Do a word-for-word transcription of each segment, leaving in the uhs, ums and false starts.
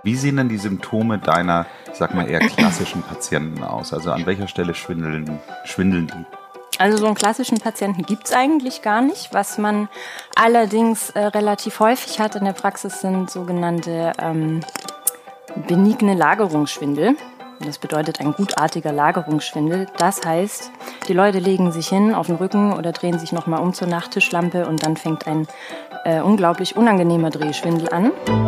Wie sehen denn die Symptome deiner, sag mal, eher klassischen Patienten aus? Also an welcher Stelle schwindeln, schwindeln die? Also so einen klassischen Patienten gibt's eigentlich gar nicht. Was man allerdings äh, relativ häufig hat in der Praxis sind sogenannte ähm, benigne Lagerungsschwindel. Das bedeutet ein gutartiger Lagerungsschwindel. Das heißt, die Leute legen sich hin auf den Rücken oder drehen sich nochmal um zur Nachttischlampe und dann fängt ein äh, unglaublich unangenehmer Drehschwindel an.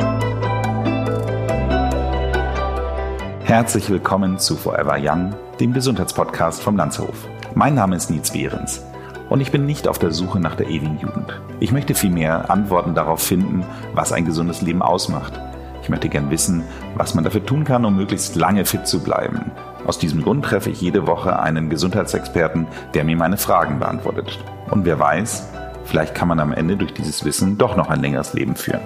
Herzlich willkommen zu Forever Young, dem Gesundheitspodcast vom Landshof. Mein Name ist Nietz Behrens und ich bin nicht auf der Suche nach der ewigen Jugend. Ich möchte vielmehr Antworten darauf finden, was ein gesundes Leben ausmacht. Ich möchte gern wissen, was man dafür tun kann, um möglichst lange fit zu bleiben. Aus diesem Grund treffe ich jede Woche einen Gesundheitsexperten, der mir meine Fragen beantwortet. Und wer weiß, vielleicht kann man am Ende durch dieses Wissen doch noch ein längeres Leben führen.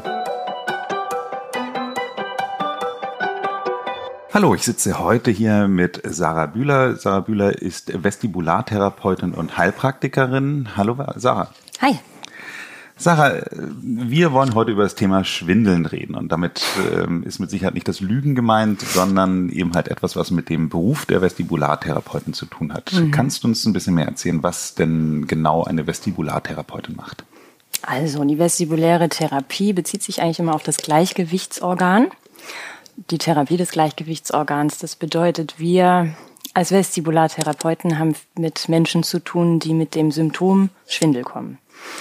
Hallo, ich sitze heute hier mit Sarah Bühler. Sarah Bühler ist Vestibulartherapeutin und Heilpraktikerin. Hallo Sarah. Hi. Sarah, wir wollen heute über das Thema Schwindeln reden und damit ähm, ist mit Sicherheit nicht das Lügen gemeint, sondern eben halt etwas, was mit dem Beruf der Vestibulartherapeutin zu tun hat. Mhm. Kannst du uns ein bisschen mehr erzählen, was denn genau eine Vestibulartherapeutin macht? Also die vestibuläre Therapie bezieht sich eigentlich immer auf das Gleichgewichtsorgan. Die Therapie des Gleichgewichtsorgans, das bedeutet, wir als Vestibulartherapeuten haben mit Menschen zu tun, die mit dem Symptom Schwindel kommen.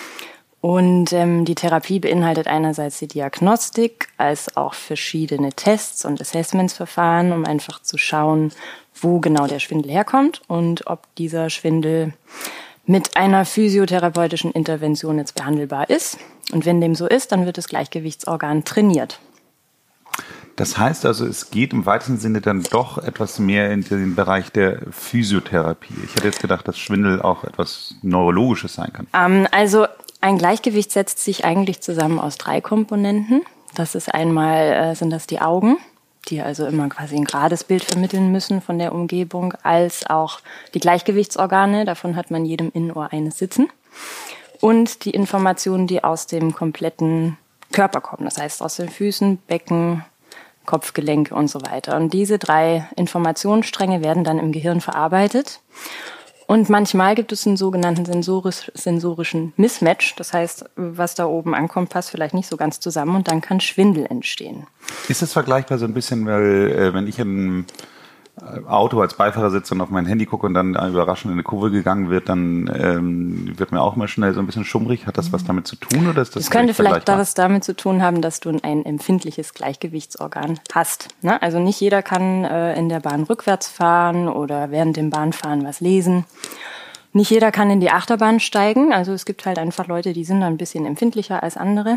Und ähm, die Therapie beinhaltet einerseits die Diagnostik als auch verschiedene Tests und Assessmentsverfahren, um einfach zu schauen, wo genau der Schwindel herkommt und ob dieser Schwindel mit einer physiotherapeutischen Intervention jetzt behandelbar ist. Und wenn dem so ist, dann wird das Gleichgewichtsorgan trainiert. Das heißt also, es geht im weitesten Sinne dann doch etwas mehr in den Bereich der Physiotherapie. Ich hätte jetzt gedacht, dass Schwindel auch etwas Neurologisches sein kann. Ähm, also ein Gleichgewicht setzt sich eigentlich zusammen aus drei Komponenten. Das ist einmal, äh, sind das die Augen, die also immer quasi ein gerades Bild vermitteln müssen von der Umgebung, als auch die Gleichgewichtsorgane, davon hat man jedem Innenohr eines sitzen. Und die Informationen, die aus dem kompletten Körper kommen, das heißt aus den Füßen, Becken, Kopfgelenke und so weiter. Und diese drei Informationsstränge werden dann im Gehirn verarbeitet. Und manchmal gibt es einen sogenannten sensorisch, sensorischen Mismatch. Das heißt, was da oben ankommt, passt vielleicht nicht so ganz zusammen und dann kann Schwindel entstehen. Ist das vergleichbar so ein bisschen, weil äh, wenn ich in Auto als Beifahrer sitze und auf mein Handy gucke und dann überraschend in eine Kurve gegangen wird, dann ähm, wird mir auch mal schnell so ein bisschen schummrig. Hat das was damit zu tun oder ist das? Das könnte vielleicht was damit zu tun haben, dass du ein empfindliches Gleichgewichtsorgan hast. Ne? Also nicht jeder kann äh, in der Bahn rückwärts fahren oder während dem Bahnfahren was lesen. Nicht jeder kann in die Achterbahn steigen. Also es gibt halt einfach Leute, die sind da ein bisschen empfindlicher als andere.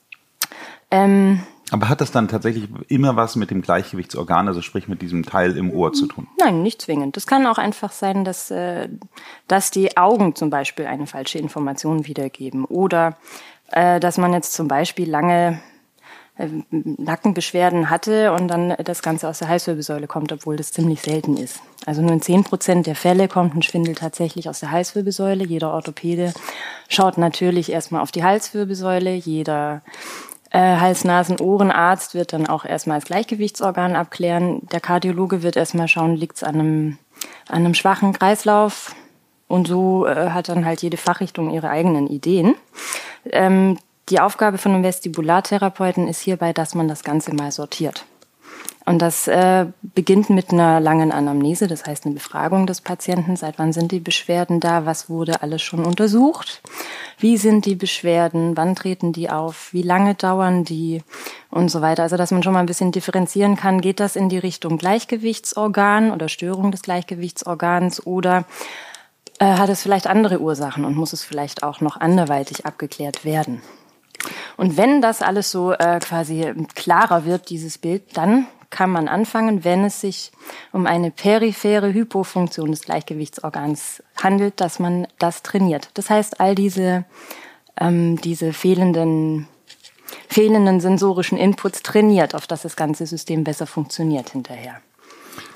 Ähm, Aber hat das dann tatsächlich immer was mit dem Gleichgewichtsorgan, also sprich mit diesem Teil im Ohr zu tun? Nein, nicht zwingend. Das kann auch einfach sein, dass, äh, dass die Augen zum Beispiel eine falsche Information wiedergeben oder äh, dass man jetzt zum Beispiel lange äh, Nackenbeschwerden hatte und dann das Ganze aus der Halswirbelsäule kommt, obwohl das ziemlich selten ist. Also nur in zehn Prozent der Fälle kommt ein Schwindel tatsächlich aus der Halswirbelsäule. Jeder Orthopäde schaut natürlich erstmal auf die Halswirbelsäule, jeder Äh, Hals-Nasen-Ohrenarzt wird dann auch erstmal das Gleichgewichtsorgan abklären. Der Kardiologe wird erstmal schauen, liegt es an einem, an einem schwachen Kreislauf. Und so äh, hat dann halt jede Fachrichtung ihre eigenen Ideen. Ähm, die Aufgabe von einem Vestibulartherapeuten ist hierbei, dass man das Ganze mal sortiert. Und das äh, beginnt mit einer langen Anamnese, das heißt eine Befragung des Patienten. Seit wann sind die Beschwerden da? Was wurde alles schon untersucht? Wie sind die Beschwerden? Wann treten die auf? Wie lange dauern die? Und so weiter. Also dass man schon mal ein bisschen differenzieren kann. Geht das in die Richtung Gleichgewichtsorgan oder Störung des Gleichgewichtsorgans oder äh, hat es vielleicht andere Ursachen und muss es vielleicht auch noch anderweitig abgeklärt werden? Und wenn das alles so äh, quasi klarer wird, dieses Bild, dann kann man anfangen, wenn es sich um eine periphere Hypofunktion des Gleichgewichtsorgans handelt, dass man das trainiert. Das heißt, all diese, ähm, diese fehlenden, fehlenden sensorischen Inputs trainiert, auf dass das ganze System besser funktioniert hinterher.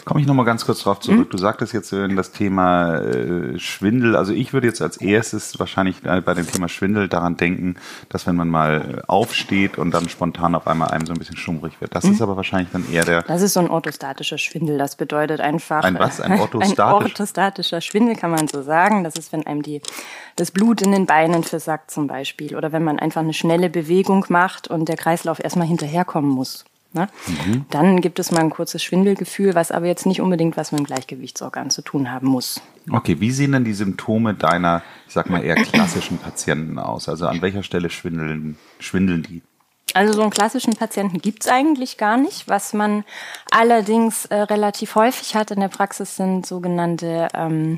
Komme ich nochmal ganz kurz drauf zurück. Mhm. Du sagtest jetzt äh, das Thema äh, Schwindel. Also ich würde jetzt als erstes wahrscheinlich äh, bei dem Thema Schwindel daran denken, dass wenn man mal aufsteht und dann spontan auf einmal einem so ein bisschen schummrig wird. Das mhm. ist aber wahrscheinlich dann eher der... Das ist so ein orthostatischer Schwindel. Das bedeutet einfach... Ein was? Ein orthostatisch? Ein orthostatischer Schwindel kann man so sagen. Das ist, wenn einem die, das Blut in den Beinen versackt zum Beispiel. Oder wenn man einfach eine schnelle Bewegung macht und der Kreislauf erstmal hinterherkommen muss. Ne? Mhm. Dann gibt es mal ein kurzes Schwindelgefühl, was aber jetzt nicht unbedingt was mit dem Gleichgewichtsorgan zu tun haben muss. Okay, wie sehen denn die Symptome deiner, ich sag mal, eher klassischen Patienten aus? Also an welcher Stelle schwindeln, schwindeln die? Also so einen klassischen Patienten gibt's eigentlich gar nicht. Was man allerdings äh, relativ häufig hat in der Praxis sind sogenannte ähm,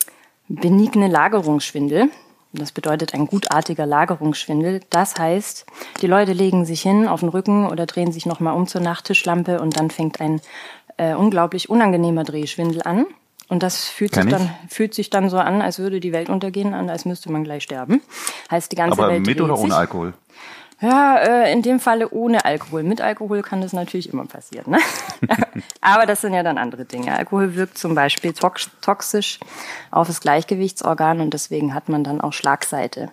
benigne Lagerungsschwindel. Das bedeutet ein gutartiger Lagerungsschwindel. Das heißt, die Leute legen sich hin auf den Rücken oder drehen sich nochmal um zur Nachttischlampe und dann fängt ein äh, unglaublich unangenehmer Drehschwindel an. Und das fühlt sich, dann, fühlt sich dann so an, als würde die Welt untergehen, an, als müsste man gleich sterben. Heißt, die ganze Aber Welt mit oder ohne sich. Alkohol? Ja, äh, in dem Falle ohne Alkohol. Mit Alkohol kann das natürlich immer passieren, ne? Aber das sind ja dann andere Dinge. Alkohol wirkt zum Beispiel tox- toxisch auf das Gleichgewichtsorgan und deswegen hat man dann auch Schlagseite.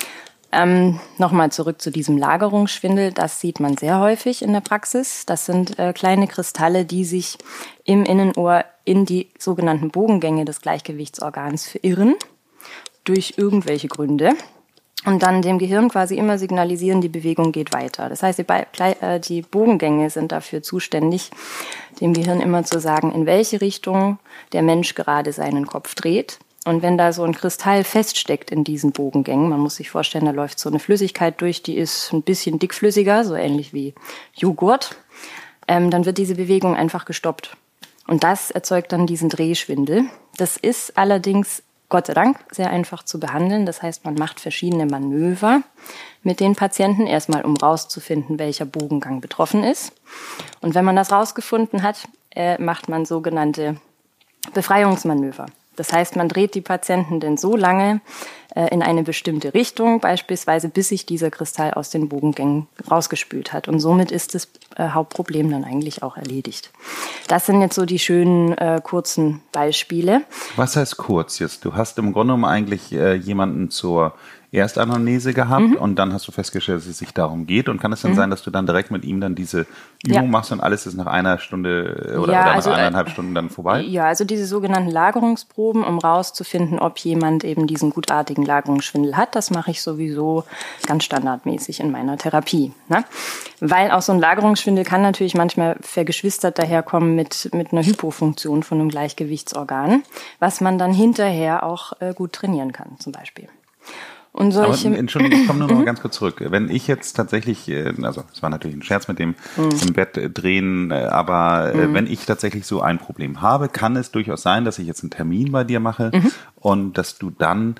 Ähm, Nochmal zurück zu diesem Lagerungsschwindel. Das sieht man sehr häufig in der Praxis. Das sind äh, kleine Kristalle, die sich im Innenohr in die sogenannten Bogengänge des Gleichgewichtsorgans verirren. Durch irgendwelche Gründe. Und dann dem Gehirn quasi immer signalisieren, die Bewegung geht weiter. Das heißt, die, Be- äh, die Bogengänge sind dafür zuständig, dem Gehirn immer zu sagen, in welche Richtung der Mensch gerade seinen Kopf dreht. Und wenn da so ein Kristall feststeckt in diesen Bogengängen, man muss sich vorstellen, da läuft so eine Flüssigkeit durch, die ist ein bisschen dickflüssiger, so ähnlich wie Joghurt, ähm, dann wird diese Bewegung einfach gestoppt. Und das erzeugt dann diesen Drehschwindel. Das ist allerdings Gott sei Dank sehr einfach zu behandeln. Das heißt, man macht verschiedene Manöver mit den Patienten, erstmal um rauszufinden, welcher Bogengang betroffen ist. Und wenn man das rausgefunden hat, äh, macht man sogenannte Befreiungsmanöver. Das heißt, man dreht die Patienten denn so lange äh, in eine bestimmte Richtung, beispielsweise bis sich dieser Kristall aus den Bogengängen rausgespült hat. Und somit ist das äh, Hauptproblem dann eigentlich auch erledigt. Das sind jetzt so die schönen, äh, kurzen Beispiele. Was heißt kurz jetzt? Du hast im Grunde genommen eigentlich äh, jemanden zur Erstanamnese gehabt mhm. und dann hast du festgestellt, dass es sich darum geht. Und kann es dann mhm. sein, dass du dann direkt mit ihm dann diese Übung ja. machst und alles ist nach einer Stunde oder, ja, oder also, nach eineinhalb äh, Stunden dann vorbei? Ja, also diese sogenannten Lagerungsproben, um rauszufinden, ob jemand eben diesen gutartigen Lagerungsschwindel hat, das mache ich sowieso ganz standardmäßig in meiner Therapie. Ne? Weil auch so ein Lagerungsschwindel kann natürlich manchmal vergeschwistert daherkommen mit, mit einer Hypofunktion von einem Gleichgewichtsorgan, was man dann hinterher auch äh, gut trainieren kann zum Beispiel. Und solche aber, Entschuldigung, ich komme nur noch mal ganz kurz zurück. Wenn ich jetzt tatsächlich, also es war natürlich ein Scherz mit dem mhm. im Bett drehen, aber mhm. wenn ich tatsächlich so ein Problem habe, kann es durchaus sein, dass ich jetzt einen Termin bei dir mache mhm. und dass du dann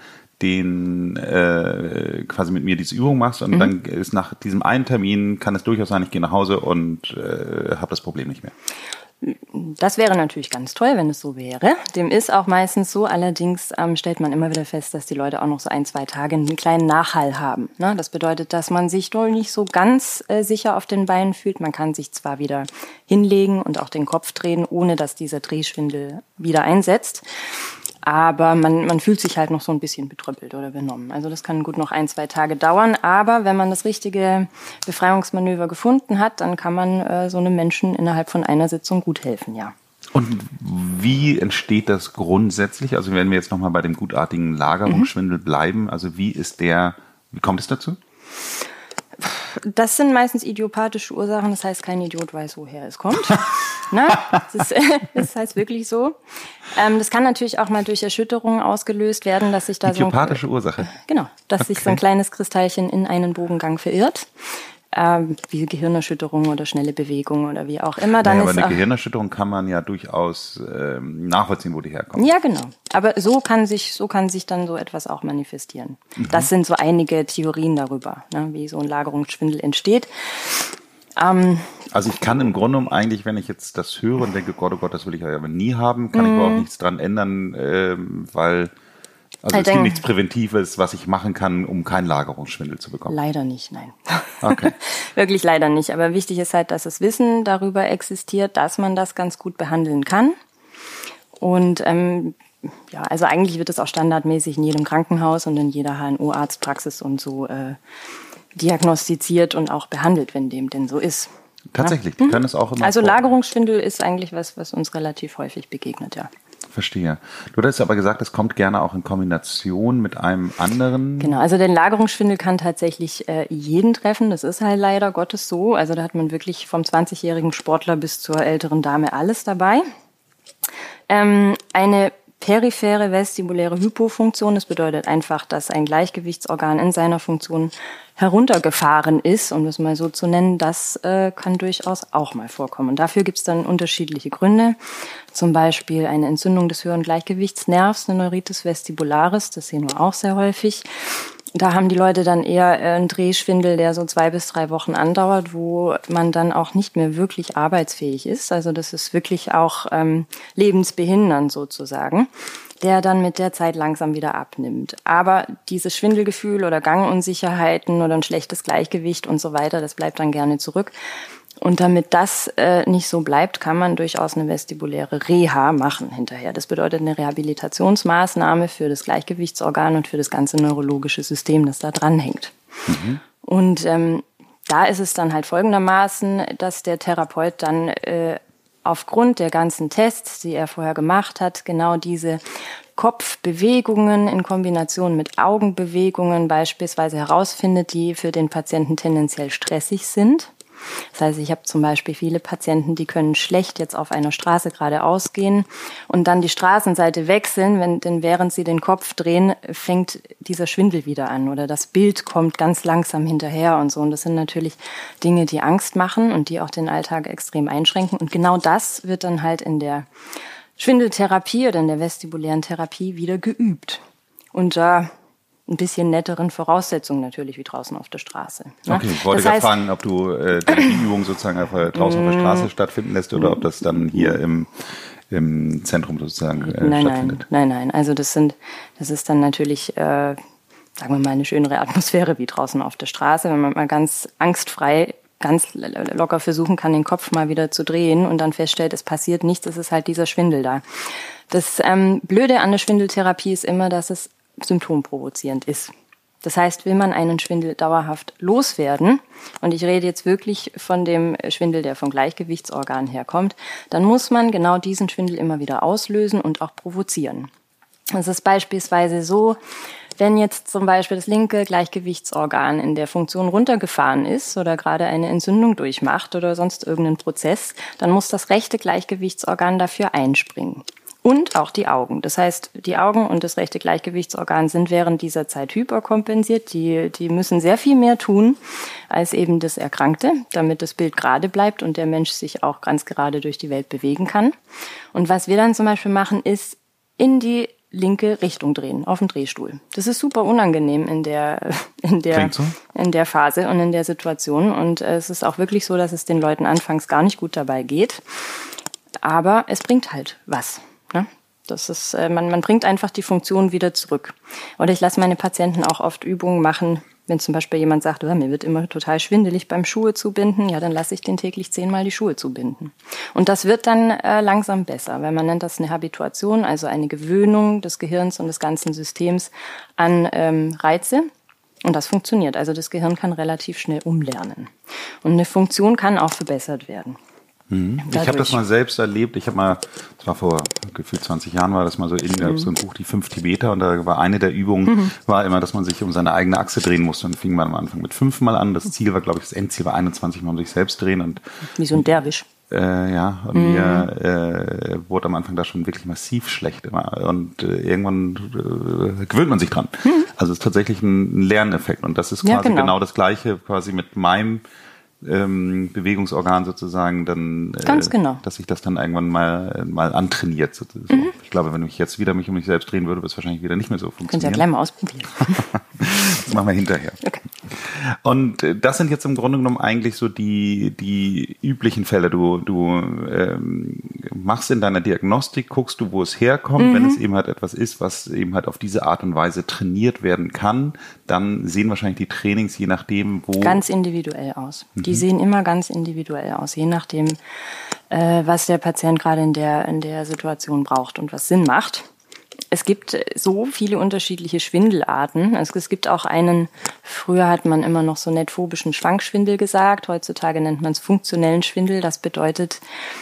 den äh, quasi mit mir diese Übung machst und mhm. dann ist nach diesem einen Termin, kann es durchaus sein, ich gehe nach Hause und äh, habe das Problem nicht mehr. Das wäre natürlich ganz toll, wenn es so wäre. Dem ist auch meistens so. Allerdings ähm, stellt man immer wieder fest, dass die Leute auch noch so ein, zwei Tage einen kleinen Nachhall haben. Ne? Das bedeutet, dass man sich doch nicht so ganz äh, sicher auf den Beinen fühlt. Man kann sich zwar wieder hinlegen und auch den Kopf drehen, ohne dass dieser Drehschwindel wieder einsetzt. Aber man, man fühlt sich halt noch so ein bisschen betröppelt oder benommen. Also das kann gut noch ein, zwei Tage dauern. Aber wenn man das richtige Befreiungsmanöver gefunden hat, dann kann man äh, so einem Menschen innerhalb von einer Sitzung gut helfen, ja. Und wie entsteht das grundsätzlich? Also wenn wir jetzt nochmal bei dem gutartigen Lagerungsschwindel mhm. bleiben, also wie ist der, wie kommt es dazu? Das sind meistens idiopathische Ursachen, das heißt, kein Idiot weiß, woher es kommt. Na, das, ist, das heißt wirklich so. Ähm, das kann natürlich auch mal durch Erschütterungen ausgelöst werden, dass sich da idiopathische so ein, Ursache? Genau, dass okay. sich so ein kleines Kristallchen in einen Bogengang verirrt. Ähm, wie Gehirnerschütterung oder schnelle Bewegung oder wie auch immer. Dann naja, ist aber eine Gehirnerschütterung kann man ja durchaus ähm, nachvollziehen, wo die herkommt. Ja, genau. Aber so kann sich so kann sich dann so etwas auch manifestieren. Mhm. Das sind so einige Theorien darüber, ne, wie so ein Lagerungsschwindel entsteht. Ähm, also ich kann im Grunde genommen eigentlich, wenn ich jetzt das höre und denke, Gott, oh Gott, das will ich ja aber nie haben, kann mhm. ich aber auch nichts dran ändern, äh, weil Also es gibt nichts Präventives, was ich machen kann, um keinen Lagerungsschwindel zu bekommen? Leider nicht, nein. Okay. Wirklich leider nicht. Aber wichtig ist halt, dass das Wissen darüber existiert, dass man das ganz gut behandeln kann. Und ähm, ja, also eigentlich wird es auch standardmäßig in jedem Krankenhaus und in jeder H N O-Arztpraxis und so äh, diagnostiziert und auch behandelt, wenn dem denn so ist. Tatsächlich, ja? die können es auch immer. Also Lagerungsschwindel ist eigentlich was, was uns relativ häufig begegnet, ja. Verstehe. Du hast aber gesagt, es kommt gerne auch in Kombination mit einem anderen. Genau, also den Lagerungsschwindel kann tatsächlich äh, jeden treffen. Das ist halt leider Gottes so. Also da hat man wirklich vom zwanzigjährigen Sportler bis zur älteren Dame alles dabei. Ähm, eine periphere vestibuläre Hypofunktion, das bedeutet einfach, dass ein Gleichgewichtsorgan in seiner Funktion heruntergefahren ist, um das mal so zu nennen, das äh, kann durchaus auch mal vorkommen. Und dafür gibt es dann unterschiedliche Gründe, zum Beispiel eine Entzündung des höheren Gleichgewichtsnervs, eine Neuritis vestibularis, das sehen wir auch sehr häufig. Da haben die Leute dann eher einen Drehschwindel, der so zwei bis drei Wochen andauert, wo man dann auch nicht mehr wirklich arbeitsfähig ist. Also das ist wirklich auch ähm, lebensbehindernd sozusagen, der dann mit der Zeit langsam wieder abnimmt. Aber dieses Schwindelgefühl oder Gangunsicherheiten oder ein schlechtes Gleichgewicht und so weiter, das bleibt dann gerne zurück. Und damit das äh, nicht so bleibt, kann man durchaus eine vestibuläre Reha machen hinterher. Das bedeutet eine Rehabilitationsmaßnahme für das Gleichgewichtsorgan und für das ganze neurologische System, das da dranhängt. Mhm. Und ähm, da ist es dann halt folgendermaßen, dass der Therapeut dann äh, aufgrund der ganzen Tests, die er vorher gemacht hat, genau diese Kopfbewegungen in Kombination mit Augenbewegungen beispielsweise herausfindet, die für den Patienten tendenziell stressig sind. Das heißt, ich habe zum Beispiel viele Patienten, die können schlecht jetzt auf einer Straße geradeaus gehen und dann die Straßenseite wechseln, wenn, denn während sie den Kopf drehen, fängt dieser Schwindel wieder an oder das Bild kommt ganz langsam hinterher und so. Und das sind natürlich Dinge, die Angst machen und die auch den Alltag extrem einschränken. Und genau das wird dann halt in der Schwindeltherapie oder in der vestibulären Therapie wieder geübt. Und da äh, ein bisschen netteren Voraussetzungen natürlich wie draußen auf der Straße. Ne? Okay, ich wollte gerade fragen, ob du äh, die Übung sozusagen einfach draußen auf der Straße stattfinden lässt oder ob das dann hier im, im Zentrum sozusagen äh, nein, stattfindet. Nein, nein, nein. Also das sind, das ist dann natürlich, äh, sagen wir mal, eine schönere Atmosphäre wie draußen auf der Straße, wenn man mal ganz angstfrei ganz locker versuchen kann, den Kopf mal wieder zu drehen und dann feststellt, es passiert nichts, es ist halt dieser Schwindel da. Das ähm, Blöde an der Schwindeltherapie ist immer, dass es symptomprovozierend ist. Das heißt, will man einen Schwindel dauerhaft loswerden, und ich rede jetzt wirklich von dem Schwindel, der vom Gleichgewichtsorgan herkommt, dann muss man genau diesen Schwindel immer wieder auslösen und auch provozieren. Das ist beispielsweise so, wenn jetzt zum Beispiel das linke Gleichgewichtsorgan in der Funktion runtergefahren ist oder gerade eine Entzündung durchmacht oder sonst irgendeinen Prozess, dann muss das rechte Gleichgewichtsorgan dafür einspringen. Und auch die Augen. Das heißt, die Augen und das rechte Gleichgewichtsorgan sind während dieser Zeit hyperkompensiert. Die, die müssen sehr viel mehr tun als eben das Erkrankte, damit das Bild gerade bleibt und der Mensch sich auch ganz gerade durch die Welt bewegen kann. Und was wir dann zum Beispiel machen, ist in die linke Richtung drehen, auf dem Drehstuhl. Das ist super unangenehm in der, in der, so. in der Phase und in der Situation. Und es ist auch wirklich so, dass es den Leuten anfangs gar nicht gut dabei geht. Aber es bringt halt was. Das ist, man, man bringt einfach die Funktion wieder zurück. Oder ich lasse meine Patienten auch oft Übungen machen, wenn zum Beispiel jemand sagt, oh, mir wird immer total schwindelig beim Schuhe zubinden, ja, dann lasse ich den täglich zehnmal die Schuhe zubinden. Und das wird dann äh, langsam besser, weil man nennt das eine Habituation, also eine Gewöhnung des Gehirns und des ganzen Systems an ähm, Reize. Und das funktioniert. Also das Gehirn kann relativ schnell umlernen. Und eine Funktion kann auch verbessert werden. Mhm. Ich habe das mal selbst erlebt. Ich habe mal, das war vor gefühlt zwanzig Jahren, war das mal so in mhm. so ein Buch, die fünf Tibeter, und da war eine der Übungen, mhm. war immer, dass man sich um seine eigene Achse drehen musste. Und fing man am Anfang mit fünfmal an. Das Ziel war, glaube ich, das Endziel war einundzwanzig Mal um sich selbst drehen. Und wie so ein Derwisch. Äh, ja, und mhm. mir äh, wurde am Anfang da schon wirklich massiv schlecht immer. Und äh, irgendwann äh, gewöhnt man sich dran. Mhm. Also es ist tatsächlich ein Lerneffekt. Und das ist quasi ja, genau. genau das Gleiche quasi mit meinem Ähm, Bewegungsorgan sozusagen, dann, äh, Ganz genau. dass sich das dann irgendwann mal mal antrainiert. So. Mhm. Ich glaube, wenn ich jetzt wieder mich um mich selbst drehen würde, würde es wahrscheinlich wieder nicht mehr so funktionieren. Könnt ihr ja gleich mal ausprobieren. machen wir hinterher. Okay. Und das sind jetzt im Grunde genommen eigentlich so die die üblichen Fälle. Du du ähm, machst in deiner Diagnostik, guckst du, wo es herkommt. Mhm. Wenn es eben halt etwas ist, was eben halt auf diese Art und Weise trainiert werden kann, dann sehen wahrscheinlich die Trainings je nachdem, wo... Ganz individuell aus. Mhm. Die sehen immer ganz individuell aus, je nachdem, äh, was der Patient gerade in der in der Situation braucht und was Sinn macht. Es gibt so viele unterschiedliche Schwindelarten. Also es gibt auch einen, früher hat man immer noch so netphobischen Schwankschwindel gesagt, heutzutage nennt man es funktionellen Schwindel. Das bedeutet,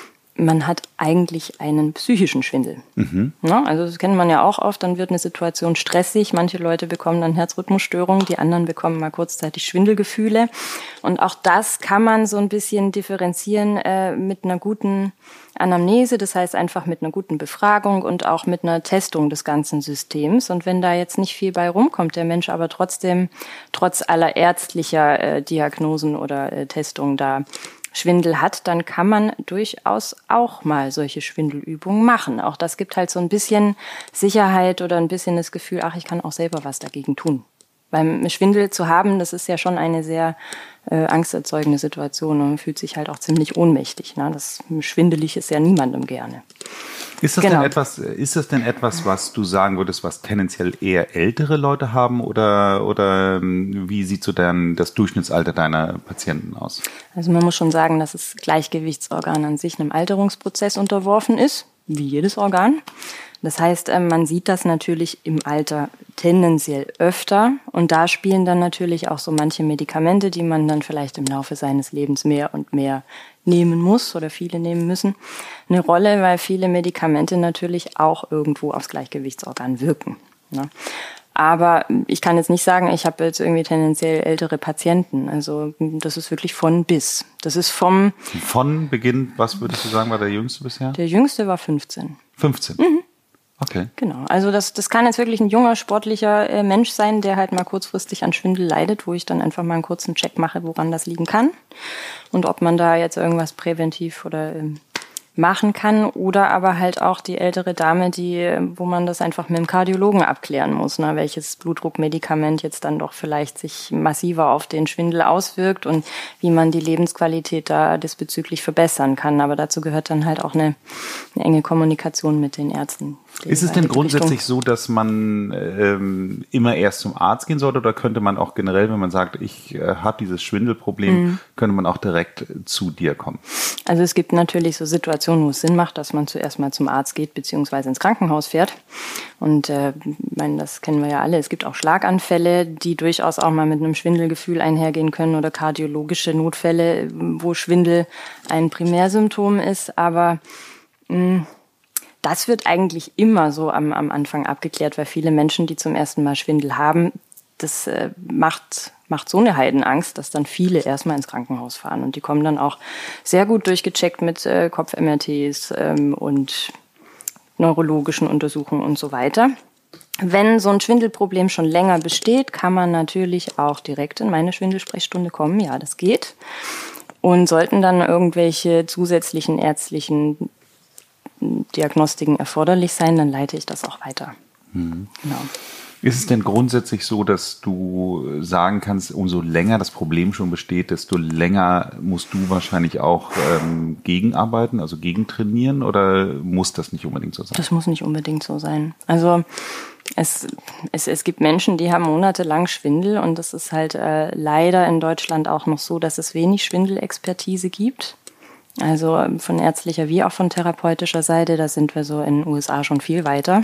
man hat eigentlich einen psychischen Schwindel. Mhm. Ja, also das kennt man ja auch oft, dann wird eine Situation stressig, manche Leute bekommen dann Herzrhythmusstörungen, die anderen bekommen mal kurzzeitig Schwindelgefühle. Und auch das kann man so ein bisschen differenzieren äh, mit einer guten Anamnese, das heißt einfach mit einer guten Befragung und auch mit einer Testung des ganzen Systems. Und wenn da jetzt nicht viel bei rumkommt, der Mensch aber trotzdem trotz aller ärztlicher äh, Diagnosen oder äh, Testungen da Schwindel hat, dann kann man durchaus auch mal solche Schwindelübungen machen. Auch das gibt halt so ein bisschen Sicherheit oder ein bisschen das Gefühl, ach, ich kann auch selber was dagegen tun. Beim Schwindel zu haben, das ist ja schon eine sehr äh, angsterzeugende Situation und man fühlt sich halt auch ziemlich ohnmächtig. Ne? Das schwindelig ist ja niemandem gerne. Ist das genau. denn etwas, ist das denn etwas, was du sagen würdest, was tendenziell eher ältere Leute haben oder, oder wie sieht so dann das Durchschnittsalter deiner Patienten aus? Also man muss schon sagen, dass das Gleichgewichtsorgan an sich einem Alterungsprozess unterworfen ist, wie jedes Organ. Das heißt, man sieht das natürlich im Alter tendenziell öfter und da spielen dann natürlich auch so manche Medikamente, die man dann vielleicht im Laufe seines Lebens mehr und mehr nehmen muss oder viele nehmen müssen, eine Rolle, weil viele Medikamente natürlich auch irgendwo aufs Gleichgewichtsorgan wirken. Ne? Aber ich kann jetzt nicht sagen, ich habe jetzt irgendwie tendenziell ältere Patienten. Also das ist wirklich von bis. Das ist vom... Von Beginn, was würdest du sagen, war der Jüngste bisher? Der Jüngste war fünfzehn. fünfzehn? Mhm. Okay. Genau, also das, das kann jetzt wirklich ein junger, sportlicher äh, Mensch sein, der halt mal kurzfristig an Schwindel leidet, wo ich dann einfach mal einen kurzen Check mache, woran das liegen kann und ob man da jetzt irgendwas präventiv oder ähm, machen kann oder aber halt auch die ältere Dame, die, wo man das einfach mit dem Kardiologen abklären muss, ne, welches Blutdruckmedikament jetzt dann doch vielleicht sich massiver auf den Schwindel auswirkt und wie man die Lebensqualität da diesbezüglich verbessern kann. Aber dazu gehört dann halt auch eine, eine enge Kommunikation mit den Ärzten. Ist es denn grundsätzlich so, dass man ähm, immer erst zum Arzt gehen sollte oder könnte man auch generell, wenn man sagt, ich äh, habe dieses Schwindelproblem, mhm. könnte man auch direkt zu dir kommen? Also es gibt natürlich so Situationen, wo es Sinn macht, dass man zuerst mal zum Arzt geht beziehungsweise ins Krankenhaus fährt. Und äh, ich meine, das kennen wir ja alle. Es gibt auch Schlaganfälle, die durchaus auch mal mit einem Schwindelgefühl einhergehen können oder kardiologische Notfälle, wo Schwindel ein Primärsymptom ist. Aber mh, das wird eigentlich immer so am, am Anfang abgeklärt, weil viele Menschen, die zum ersten Mal Schwindel haben, das äh, macht, macht so eine Heidenangst, dass dann viele erstmal ins Krankenhaus fahren. Und die kommen dann auch sehr gut durchgecheckt mit äh, Kopf-M R Ts ähm, und neurologischen Untersuchungen und so weiter. Wenn so ein Schwindelproblem schon länger besteht, kann man natürlich auch direkt in meine Schwindelsprechstunde kommen. Ja, das geht. Und sollten dann irgendwelche zusätzlichen ärztlichen Diagnostiken erforderlich sein, dann leite ich das auch weiter. Mhm. Genau. Ist es denn grundsätzlich so, dass du sagen kannst, umso länger das Problem schon besteht, desto länger musst du wahrscheinlich auch ähm, gegenarbeiten, also gegentrainieren, oder muss das nicht unbedingt so sein? Das muss nicht unbedingt so sein. Also es, es, es gibt Menschen, die haben monatelang Schwindel und das ist halt äh, leider in Deutschland auch noch so, dass es wenig Schwindelexpertise gibt. Also von ärztlicher wie auch von therapeutischer Seite, da sind wir so in den U S A schon viel weiter.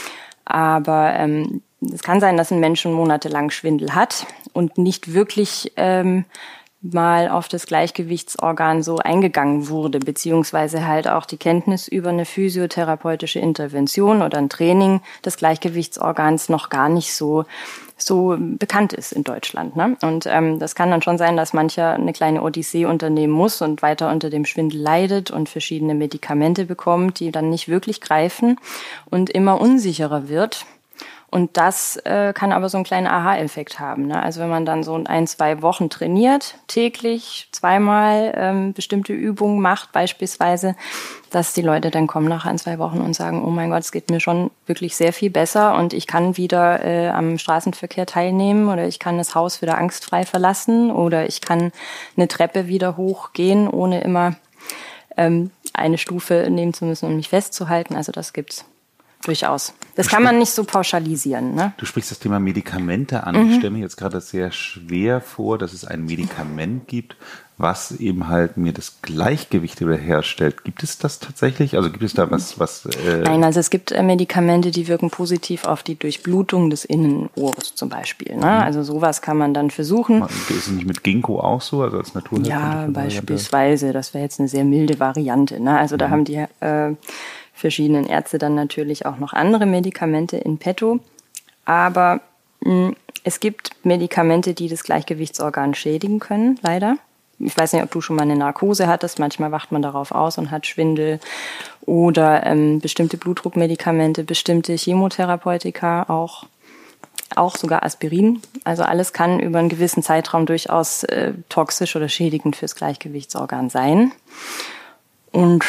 Aber ähm, es kann sein, dass ein Mensch schon monatelang Schwindel hat und nicht wirklich ähm, mal auf das Gleichgewichtsorgan so eingegangen wurde, beziehungsweise halt auch die Kenntnis über eine physiotherapeutische Intervention oder ein Training des Gleichgewichtsorgans noch gar nicht so so bekannt ist in Deutschland. Ne? Und ähm, das kann dann schon sein, dass mancher eine kleine Odyssee unternehmen muss und weiter unter dem Schwindel leidet und verschiedene Medikamente bekommt, die dann nicht wirklich greifen und immer unsicherer wird. Und das äh, kann aber so einen kleinen Aha-Effekt haben. Ne? Also wenn man dann so ein, zwei Wochen trainiert, täglich, zweimal ähm, bestimmte Übungen macht beispielsweise, dass die Leute dann kommen nach ein, zwei Wochen und sagen, oh mein Gott, es geht mir schon wirklich sehr viel besser und ich kann wieder äh, am Straßenverkehr teilnehmen oder ich kann das Haus wieder angstfrei verlassen oder ich kann eine Treppe wieder hochgehen, ohne immer ähm, eine Stufe nehmen zu müssen, um mich festzuhalten. Also das gibt's. Durchaus. Das kann man nicht so pauschalisieren. Ne? Du sprichst das Thema Medikamente an. Mhm. Ich stelle mir jetzt gerade sehr schwer vor, dass es ein Medikament gibt, was eben halt mir das Gleichgewicht wiederherstellt. Gibt es das tatsächlich? Also gibt es da was? was äh Nein, also es gibt äh, Medikamente, die wirken positiv auf die Durchblutung des Innenohrs zum Beispiel. Ne? Mhm. Also sowas kann man dann versuchen. Ist es nicht mit Ginkgo auch so, also als Naturheilkunde? Ja, beispielsweise. Das wäre jetzt eine sehr milde Variante. Ne? Also mhm. da haben die äh, verschiedenen Ärzte dann natürlich auch noch andere Medikamente in petto. Aber mh, es gibt Medikamente, die das Gleichgewichtsorgan schädigen können, leider. Ich weiß nicht, ob du schon mal eine Narkose hattest. Manchmal wacht man darauf aus und hat Schwindel. Oder ähm, bestimmte Blutdruckmedikamente, bestimmte Chemotherapeutika, auch, auch sogar Aspirin. Also alles kann über einen gewissen Zeitraum durchaus äh, toxisch oder schädigend fürs Gleichgewichtsorgan sein. Und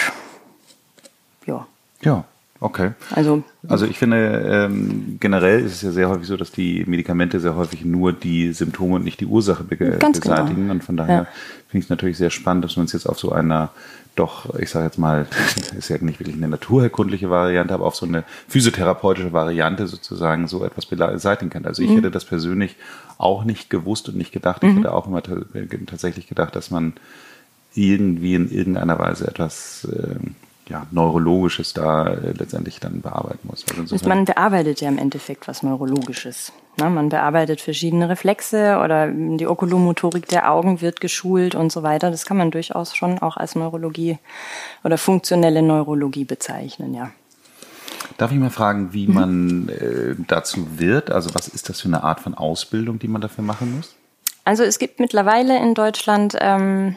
ja. Ja, okay. Also, also ich finde, ähm, generell ist es ja sehr häufig so, dass die Medikamente sehr häufig nur die Symptome und nicht die Ursache be- beseitigen. Genau. Und von daher ja. finde ich es natürlich sehr spannend, dass wir uns jetzt auf so einer doch, ich sage jetzt mal, ist ja nicht wirklich eine naturherkundliche Variante, aber auf so eine physiotherapeutische Variante sozusagen so etwas beseitigen kann. Also ich mhm. hätte das persönlich auch nicht gewusst und nicht gedacht. Ich mhm. hätte auch immer t- tatsächlich gedacht, dass man irgendwie in irgendeiner Weise etwas äh, ja, Neurologisches da äh, letztendlich dann bearbeiten muss. Also man bearbeitet ja im Endeffekt was Neurologisches. Ne? Man bearbeitet verschiedene Reflexe oder die Okulomotorik der Augen wird geschult und so weiter. Das kann man durchaus schon auch als Neurologie oder funktionelle Neurologie bezeichnen, ja. Darf ich mal fragen, wie mhm. man äh, dazu wird? Also was ist das für eine Art von Ausbildung, die man dafür machen muss? Also es gibt mittlerweile in Deutschland ähm,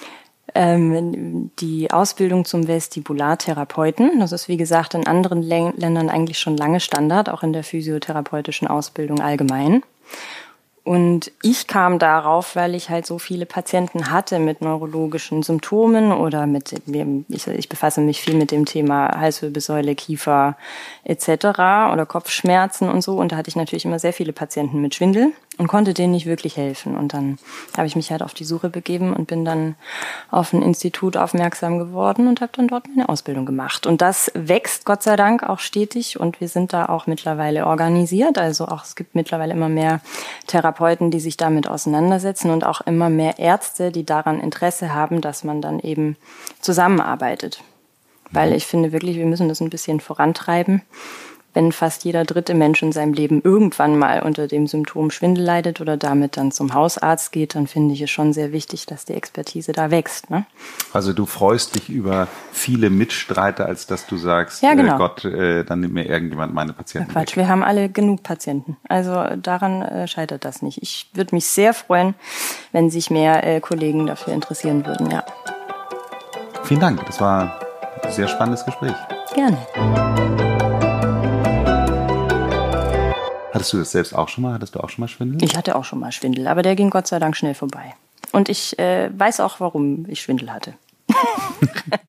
die Ausbildung zum Vestibulartherapeuten. Das ist, wie gesagt, in anderen Ländern eigentlich schon lange Standard, auch in der physiotherapeutischen Ausbildung allgemein. Und ich kam darauf, weil ich halt so viele Patienten hatte mit neurologischen Symptomen oder mit, ich, ich befasse mich viel mit dem Thema Halswirbelsäule, Kiefer et cetera oder Kopfschmerzen und so. Und da hatte ich natürlich immer sehr viele Patienten mit Schwindel und konnte denen nicht wirklich helfen. Und dann habe ich mich halt auf die Suche begeben und bin dann auf ein Institut aufmerksam geworden und habe dann dort meine Ausbildung gemacht. Und das wächst Gott sei Dank auch stetig und wir sind da auch mittlerweile organisiert. Also auch es gibt mittlerweile immer mehr Therapeuten, die sich damit auseinandersetzen und auch immer mehr Ärzte, die daran Interesse haben, dass man dann eben zusammenarbeitet. Weil ich finde wirklich, wir müssen das ein bisschen vorantreiben. Wenn fast jeder dritte Mensch in seinem Leben irgendwann mal unter dem Symptom Schwindel leidet oder damit dann zum Hausarzt geht, dann finde ich es schon sehr wichtig, dass die Expertise da wächst. Ne? Also du freust dich über viele Mitstreiter, als dass du sagst, ja, genau. äh, Gott, äh, dann nimmt mir irgendjemand meine Patienten ja, Quatsch, weg. Wir haben alle genug Patienten. Also daran äh, scheitert das nicht. Ich würde mich sehr freuen, wenn sich mehr äh, Kollegen dafür interessieren würden. Ja. Vielen Dank, das war ein sehr spannendes Gespräch. Gerne. Hattest du das selbst auch schon mal? Hattest du auch schon mal Schwindel? Ich hatte auch schon mal Schwindel, aber der ging Gott sei Dank schnell vorbei. Und ich äh, weiß auch, warum ich Schwindel hatte.